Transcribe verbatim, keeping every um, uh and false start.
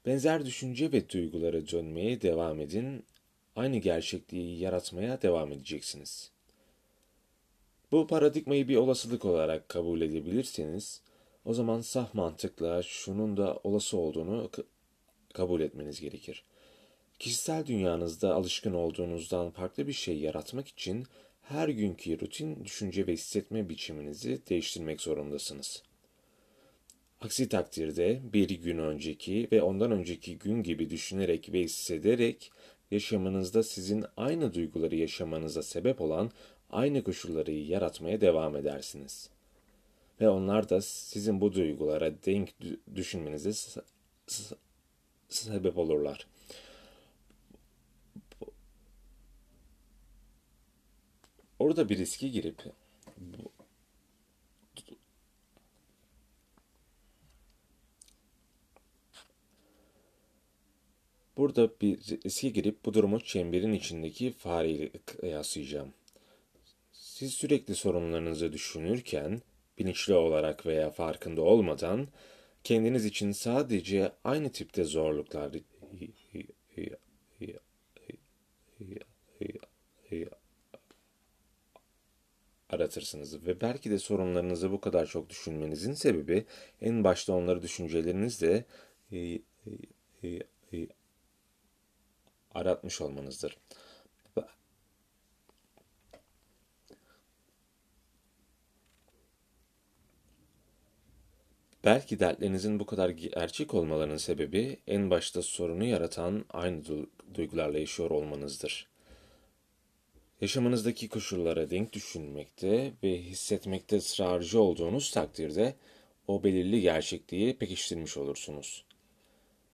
Benzer düşünce ve duygulara dönmeye devam edin. Aynı gerçekliği yaratmaya devam edeceksiniz. Bu paradigmayı bir olasılık olarak kabul edebilirseniz, o zaman saf mantıkla şunun da olası olduğunu kabul etmeniz gerekir. Kişisel dünyanızda alışkın olduğunuzdan farklı bir şey yaratmak için her günkü rutin düşünce ve hissetme biçiminizi değiştirmek zorundasınız. Aksi takdirde bir gün önceki ve ondan önceki gün gibi düşünerek ve hissederek yaşamınızda sizin aynı duyguları yaşamanıza sebep olan aynı koşulları yaratmaya devam edersiniz. Ve onlar da sizin bu duygulara denk düşünmenize sebep olurlar. Orada bir riske girip burada bir riske girip bu durumu çemberin içindeki fareyle kıyaslayacağım. Siz sürekli sorunlarınızı düşünürken, bilinçli olarak veya farkında olmadan, kendiniz için sadece aynı tipte zorluklar aratırsınız ve belki de sorunlarınızı bu kadar çok düşünmenizin sebebi en başta onları düşüncelerinizle aratmış olmanızdır. Belki dertlerinizin bu kadar gerçek olmalarının sebebi en başta sorunu yaratan aynı duygularla yaşıyor olmanızdır. Yaşamınızdaki koşullara denk düşünmekte ve hissetmekte ısrarcı olduğunuz takdirde o belirli gerçekliği pekiştirmiş olursunuz.